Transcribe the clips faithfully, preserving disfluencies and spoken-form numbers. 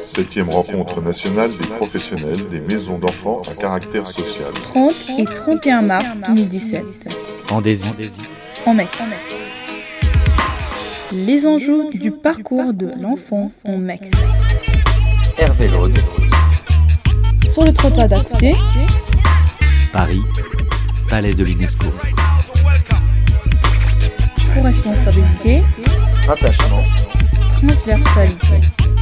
Septième rencontre nationale des professionnels des maisons d'enfants à caractère social. trente et trente et un mars deux mille dix-sept. En Désy. En Meix. Les enjeux du parcours de l'enfant en Meix. Hervé Laude. Sur le trottoir d'à côté. Paris, Palais de l'UNESCO. Co-responsabilité. Attachement. Transversalité.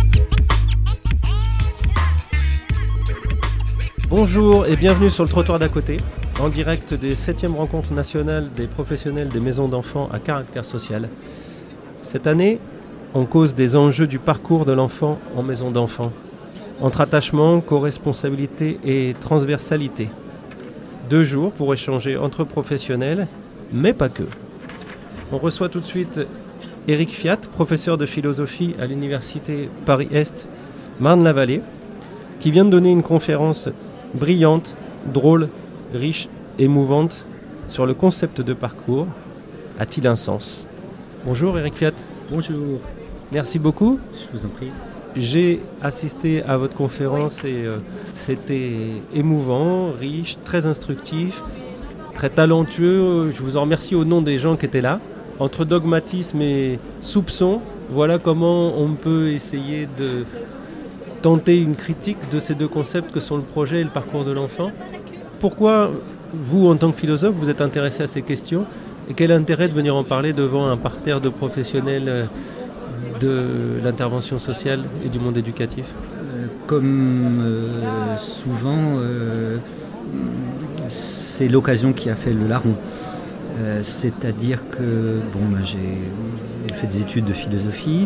Bonjour et bienvenue sur le trottoir d'à côté, en direct des septièmes rencontres nationales des professionnels des maisons d'enfants à caractère social. Cette année, on cause des enjeux du parcours de l'enfant en maison d'enfants, entre attachement, co-responsabilité et transversalité. Deux jours pour échanger entre professionnels, mais pas que. On reçoit tout de suite Éric Fiat, professeur de philosophie à l'université Paris-Est, Marne-la-Vallée, qui vient de donner une conférence brillante, drôle, riche, émouvante sur le concept de parcours. A-t-il un sens ? Bonjour Éric Fiat. Bonjour. Merci beaucoup. Je vous en prie. J'ai assisté à votre conférence et euh, c'était émouvant, riche, très instructif, très talentueux. Je vous en remercie au nom des gens qui étaient là. Entre dogmatisme et soupçon, voilà comment on peut essayer de tenter une critique de ces deux concepts que sont le projet et le parcours de l'enfant. Pourquoi, vous, en tant que philosophe, vous êtes intéressé à ces questions et quel intérêt de venir en parler devant un parterre de professionnels de l'intervention sociale et du monde éducatif ? euh, Comme euh, souvent, euh, c'est l'occasion qui a fait le larron. Euh, c'est-à-dire que bon, bah, j'ai fait des études de philosophie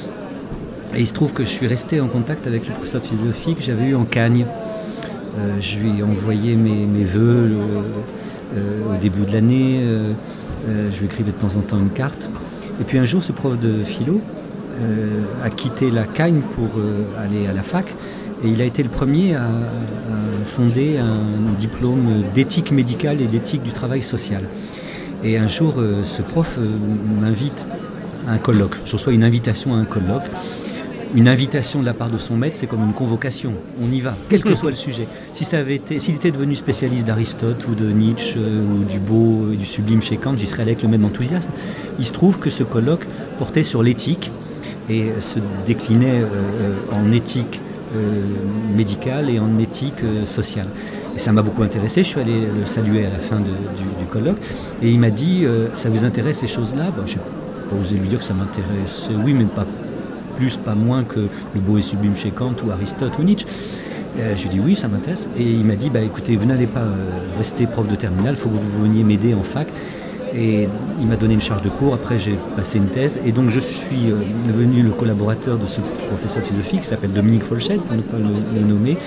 et il se trouve que je suis resté en contact avec le professeur de philosophie que j'avais eu en Cagne. Euh, je lui ai envoyé mes, mes vœux euh, euh, au début de l'année, euh, euh, je lui écrivais de temps en temps une carte. Et puis un jour, ce prof de philo euh, a quitté la Cagne pour euh, aller à la fac et il a été le premier à, à fonder un diplôme d'éthique médicale et d'éthique du travail social. Et un jour, euh, ce prof euh, m'invite à un colloque. Je reçois une invitation à un colloque. Une invitation de la part de son maître, c'est comme une convocation. On y va, quel que soit le sujet. Si ça avait été, s'il était devenu spécialiste d'Aristote ou de Nietzsche euh, ou du beau et du sublime chez Kant, j'y serais allé avec le même enthousiasme. Il se trouve que ce colloque portait sur l'éthique et se déclinait euh, en éthique euh, médicale et en éthique euh, sociale. Et ça m'a beaucoup intéressé, je suis allé le saluer à la fin de, du, du colloque et il m'a dit euh, « ça vous intéresse ces choses-là » Bon, je n'ai pas osé lui dire que ça m'intéresse, oui, mais pas plus, pas moins que le beau et sublime chez Kant ou Aristote ou Nietzsche. Euh, je lui ai dit oui, ça m'intéresse. Et il m'a dit bah, écoutez, vous n'allez pas euh, rester prof de terminale, il faut que vous veniez m'aider en fac. Et il m'a donné une charge de cours, après j'ai passé une thèse. Et donc je suis euh, devenu le collaborateur de ce professeur de philosophie qui s'appelle Dominique Folchette, pour ne pas le, le nommer.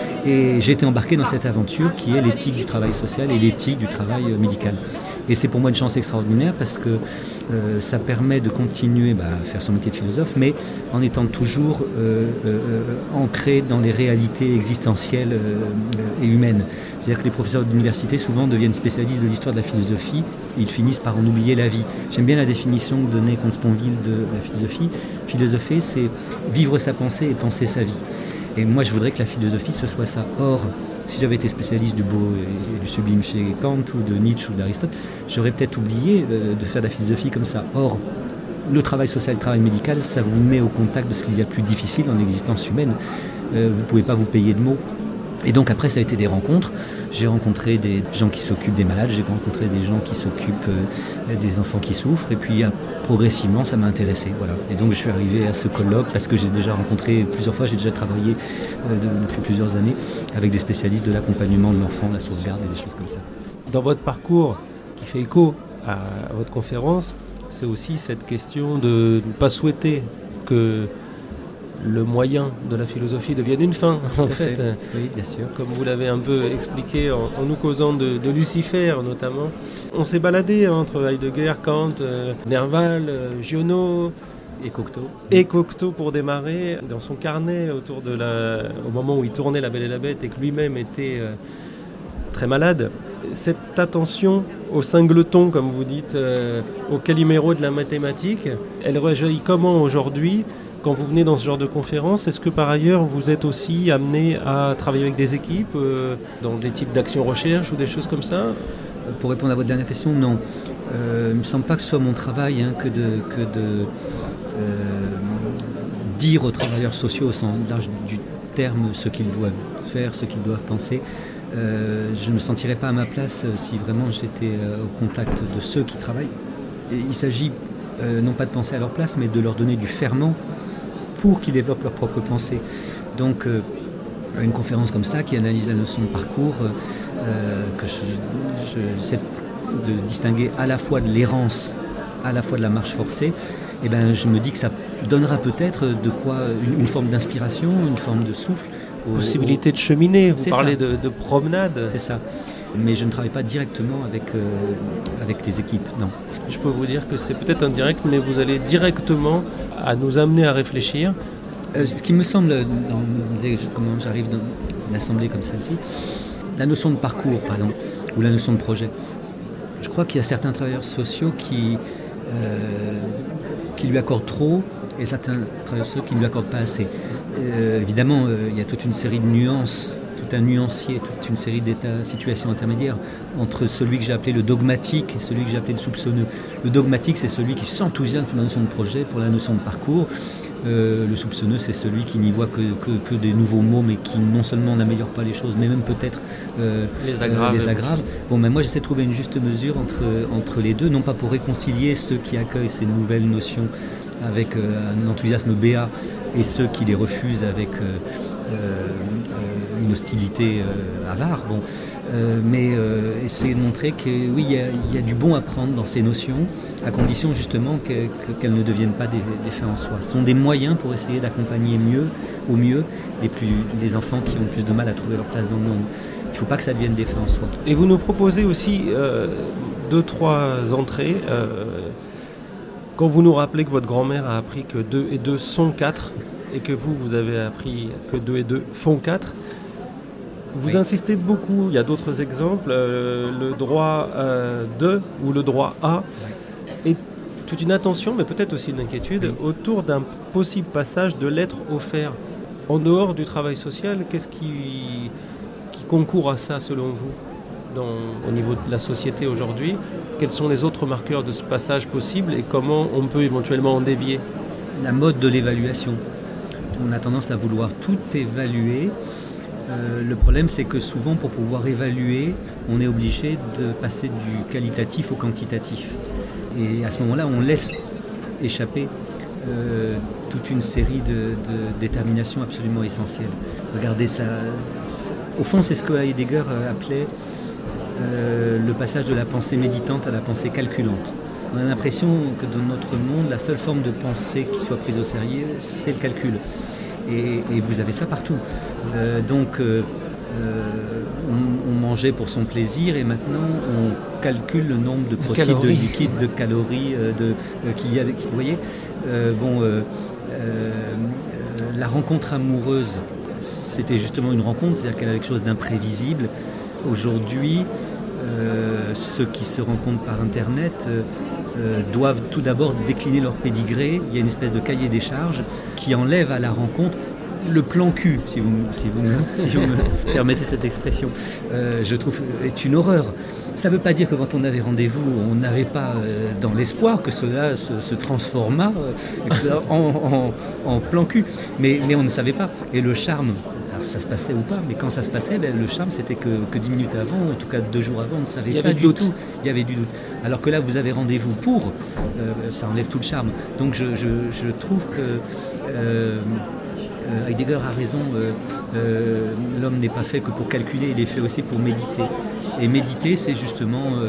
Et j'ai été embarqué dans cette aventure qui est l'éthique du travail social et l'éthique du travail euh, médical. Et c'est pour moi une chance extraordinaire parce que euh, ça permet de continuer bah, à faire son métier de philosophe, mais en étant toujours euh, euh, ancré dans les réalités existentielles euh, et humaines. C'est-à-dire que les professeurs d'université souvent deviennent spécialistes de l'histoire de la philosophie et ils finissent par en oublier la vie. J'aime bien la définition que donnait Comte Sponville de la philosophie. Philosopher, c'est vivre sa pensée et penser sa vie. Et moi, je voudrais que la philosophie, ce soit ça. Or, si j'avais été spécialiste du beau et du sublime chez Kant ou de Nietzsche ou d'Aristote, j'aurais peut-être oublié de faire de la philosophie comme ça. Or, le travail social, le travail médical, ça vous met au contact de ce qu'il y a de plus difficile en existence humaine. Euh, vous ne pouvez pas vous payer de mots. Et donc après, ça a été des rencontres. J'ai rencontré des gens qui s'occupent des malades, j'ai rencontré des gens qui s'occupent euh, des enfants qui souffrent. Et puis, euh, progressivement, ça m'a intéressé. Voilà. Et donc, je suis arrivé à ce colloque parce que j'ai déjà rencontré plusieurs fois, j'ai déjà travaillé euh, de, depuis plusieurs années avec des spécialistes de l'accompagnement de l'enfant, de la sauvegarde et des choses comme ça. Dans votre parcours, qui fait écho à votre conférence, c'est aussi cette question de ne pas souhaiter que le moyen de la philosophie devienne une fin, en fait. fait. Oui, bien sûr. Comme vous l'avez un peu expliqué en, en nous causant de, de Lucifer, notamment. On s'est baladé entre Heidegger, Kant, euh, Nerval, euh, Giono et Cocteau. Et Cocteau pour démarrer. Dans son carnet, autour de la, au moment où il tournait La Belle et la Bête et que lui-même était euh, très malade, cette attention au singleton, comme vous dites, euh, au caliméro de la mathématique, elle rejaillit comment aujourd'hui quand vous venez dans ce genre de conférence, est-ce que par ailleurs vous êtes aussi amené à travailler avec des équipes euh, dans des types d'actions recherche ou des choses comme ça ? Pour répondre à votre dernière question, non. Euh, il ne me semble pas que ce soit mon travail hein, que de, que de euh, dire aux travailleurs sociaux au sens large du terme ce qu'ils doivent faire, ce qu'ils doivent penser. Euh, je ne me sentirais pas à ma place euh, si vraiment j'étais euh, au contact de ceux qui travaillent. Et il s'agit euh, non pas de penser à leur place, mais de leur donner du ferment pour qu'ils développent leur propre pensée. Donc euh, une conférence comme ça qui analyse la notion de parcours, euh, que je, je, j'essaie de distinguer à la fois de l'errance, à la fois de la marche forcée, et ben, je me dis que ça donnera peut-être de quoi une, une forme d'inspiration, une forme de souffle. Au, Possibilité au... de cheminer, vous C'est parlez ça. de, de promenade. C'est ça. Mais je ne travaille pas directement avec, euh, avec les équipes, non. Je peux vous dire que c'est peut-être indirect, mais vous allez directement à nous amener à réfléchir. Euh, ce qui me semble, dans, comment j'arrive dans une assemblée comme celle-ci, la notion de parcours, par exemple, ou la notion de projet. Je crois qu'il y a certains travailleurs sociaux qui, euh, qui lui accordent trop et certains travailleurs sociaux qui ne lui accordent pas assez. Euh, évidemment, euh, il y a toute une série de nuances, tout un nuancier, toute une série d'états, situations intermédiaires entre celui que j'ai appelé le dogmatique et celui que j'ai appelé le soupçonneux. Le dogmatique, c'est celui qui s'enthousiasme pour la notion de projet, pour la notion de parcours. Euh, le soupçonneux, c'est celui qui n'y voit que, que, que des nouveaux mots, mais qui non seulement n'améliore pas les choses, mais même peut-être euh, les aggrave. Euh, les aggrave. Bon, ben moi, j'essaie de trouver une juste mesure entre, entre les deux, non pas pour réconcilier ceux qui accueillent ces nouvelles notions avec euh, un enthousiasme béat et ceux qui les refusent avec euh, euh, une hostilité euh, avare. Bon. Euh, mais euh, essayer de montrer que oui, il y, y a du bon à prendre dans ces notions, à condition justement que, que, qu'elles ne deviennent pas des, des fins en soi. Ce sont des moyens pour essayer d'accompagner mieux, au mieux, les, plus, les enfants qui ont le plus de mal à trouver leur place dans le monde. Il ne faut pas que ça devienne des fins en soi. Et vous nous proposez aussi euh, deux, trois entrées. Euh, quand vous nous rappelez que votre grand-mère a appris que deux et deux sont quatre, et que vous, vous avez appris que deux et deux font quatre, vous oui. insistez beaucoup, il y a d'autres exemples, euh, le droit euh, de ou le droit à, oui. et toute une attention, mais peut-être aussi une inquiétude, oui. autour d'un possible passage de l'être au faire. En dehors du travail social, qu'est-ce qui, qui concourt à ça selon vous dans, au niveau de la société aujourd'hui? Quels sont les autres marqueurs de ce passage possible et comment on peut éventuellement en dévier? La mode de l'évaluation. On a tendance à vouloir tout évaluer. Euh, le problème, c'est que souvent, pour pouvoir évaluer, on est obligé de passer du qualitatif au quantitatif. Et à ce moment-là, on laisse échapper euh, toute une série de, de déterminations absolument essentielles. Regardez ça. ça au fond, c'est ce que Heidegger appelait euh, le passage de la pensée méditante à la pensée calculante. On a l'impression que dans notre monde, la seule forme de pensée qui soit prise au sérieux, c'est le calcul. Et, et vous avez ça partout. Euh, donc, euh, on, on mangeait pour son plaisir et maintenant on calcule le nombre de protéines, de liquides, de calories euh, de, euh, qu'il y a. Vous voyez, euh, bon, euh, euh, la rencontre amoureuse, c'était justement une rencontre, c'est-à-dire qu'elle a quelque chose d'imprévisible. Aujourd'hui, euh, ceux qui se rencontrent par Internet euh, euh, doivent tout d'abord décliner leur pédigré. Il y a une espèce de cahier des charges qui enlève à la rencontre le plan cul, si vous, si vous, si vous me permettez cette expression, euh, je trouve est une horreur. Ça ne veut pas dire que quand on avait rendez-vous, on n'avait pas euh, dans l'espoir que cela se, se transforma euh, en, en, en plan cul, mais, mais on ne savait pas. Et le charme, alors ça se passait ou pas, mais quand ça se passait, ben, le charme c'était que, que dix minutes avant, en tout cas deux jours avant, on ne savait pas du doute. tout. Il y avait du doute. Alors que là, vous avez rendez-vous pour, euh, ça enlève tout le charme. Donc je, je, je trouve que euh, Heidegger a raison, euh, euh, l'homme n'est pas fait que pour calculer, il est fait aussi pour méditer. Et méditer, c'est justement euh,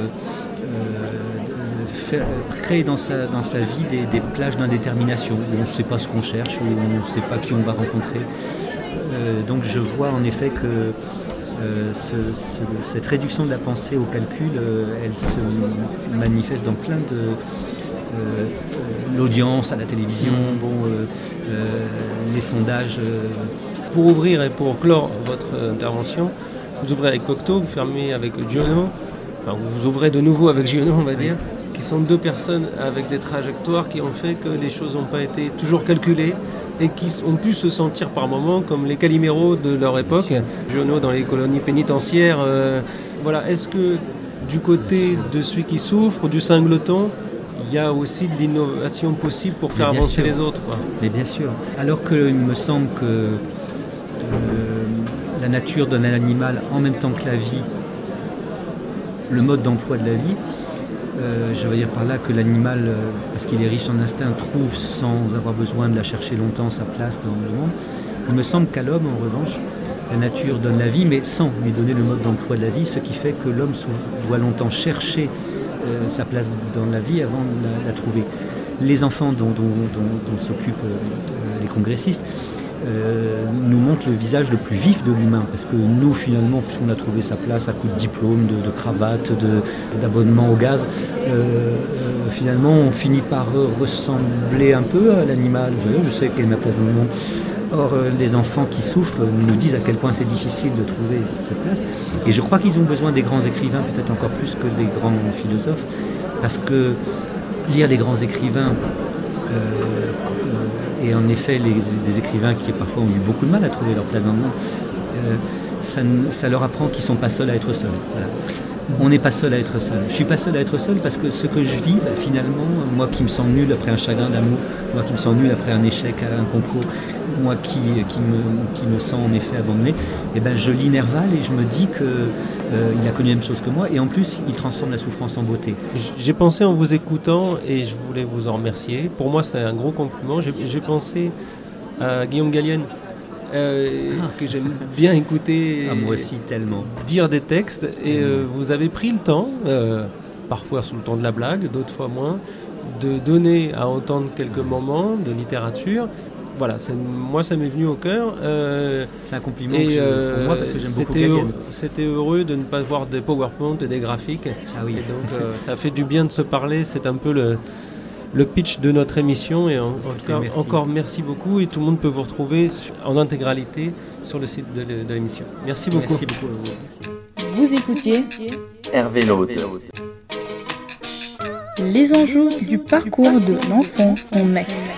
euh, faire, créer dans sa, dans sa vie des, des plages d'indétermination, où on ne sait pas ce qu'on cherche, où on ne sait pas qui on va rencontrer. Euh, donc je vois en effet que euh, ce, ce, cette réduction de la pensée au calcul, euh, elle se manifeste dans plein de... Euh, l'audience à la télévision, mmh. bon, euh, euh, les sondages. Euh... Pour ouvrir et pour clore votre intervention, vous ouvrez avec Cocteau, vous fermez avec Giono, enfin vous ouvrez de nouveau avec Giono, on va dire, oui. qui sont deux personnes avec des trajectoires qui ont fait que les choses n'ont pas été toujours calculées, et qui ont pu se sentir par moments comme les Caliméros de leur époque, journaux dans les colonies pénitentiaires. Euh, voilà. Est-ce que du côté de celui qui souffre, du singleton, il y a aussi de l'innovation possible pour faire avancer sûr. les autres, quoi. Mais bien sûr. Alors qu'il me semble que euh, la nature donne à l'animal en même temps que la vie le mode d'emploi de la vie, euh, je veux dire par là que l'animal, euh, parce qu'il est riche en instinct, trouve sans avoir besoin de la chercher longtemps sa place dans le monde. Il me semble qu'à l'homme, en revanche, la nature donne la vie, mais sans lui donner le mode d'emploi de la vie, ce qui fait que l'homme doit longtemps chercher euh, sa place dans la vie avant de la, la trouver. Les enfants dont, dont, dont, dont s'occupent euh, les congressistes euh, nous montrent le visage le plus vif de l'humain, parce que nous, finalement, puisqu'on a trouvé sa place à coup de diplôme, de, de cravate, de, d'abonnement au gaz, euh, euh, finalement, on finit par ressembler un peu à l'animal. Je, je sais quelle est ma place dans le monde. Or, euh, les enfants qui souffrent nous disent à quel point c'est difficile de trouver sa place. Et je crois qu'ils ont besoin des grands écrivains, peut-être encore plus que des grands philosophes, parce que lire des grands écrivains, euh, et en effet les, des écrivains qui parfois ont eu beaucoup de mal à trouver leur place dans le monde, euh, ça, ça leur apprend qu'ils ne sont pas seuls à être seuls. Voilà. On n'est pas seul à être seul. Je ne suis pas seul à être seul parce que ce que je vis, bah, finalement, moi qui me sens nul après un chagrin d'amour, moi qui me sens nul après un échec à un concours, moi qui, qui, me, qui me sens en effet abandonné, eh ben, je lis Nerval et je me dis qu'il euh, a connu la même chose que moi et en plus il transforme la souffrance en beauté. J'ai pensé en vous écoutant et je voulais vous en remercier. Pour moi c'est un gros compliment. J'ai, j'ai pensé à Guillaume Gallienne. Euh, ah. que j'aime bien écouter, ah, moi aussi tellement dire des textes et euh, vous avez pris le temps, euh, parfois sous le ton de la blague, d'autres fois moins, de donner à entendre quelques moments de littérature. Voilà, c'est, moi ça m'est venu au cœur. Euh, c'est un compliment et, euh, pour moi parce que j'aime beaucoup Gallienne. Heureux, c'était heureux de ne pas voir des PowerPoint et des graphiques. Ah oui. Et donc euh, ça fait du bien de se parler. C'est un peu le le pitch de notre émission et en, en tout cas merci. Encore merci beaucoup et tout le monde peut vous retrouver en intégralité sur le site de, de l'émission. Merci beaucoup. Merci beaucoup. Merci. Vous écoutiez Hervé Laude. Les enjeux du parcours de l'enfant en Mex.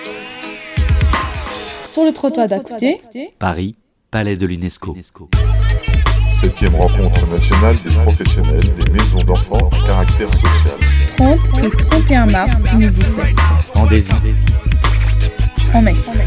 Sur le trottoir d'à côté, Paris, Palais de l'UNESCO. Septième rencontre nationale des professionnels des maisons d'enfants à caractère social. trente et trente et un mars deux mille dix-sept. En Désir. En Mex.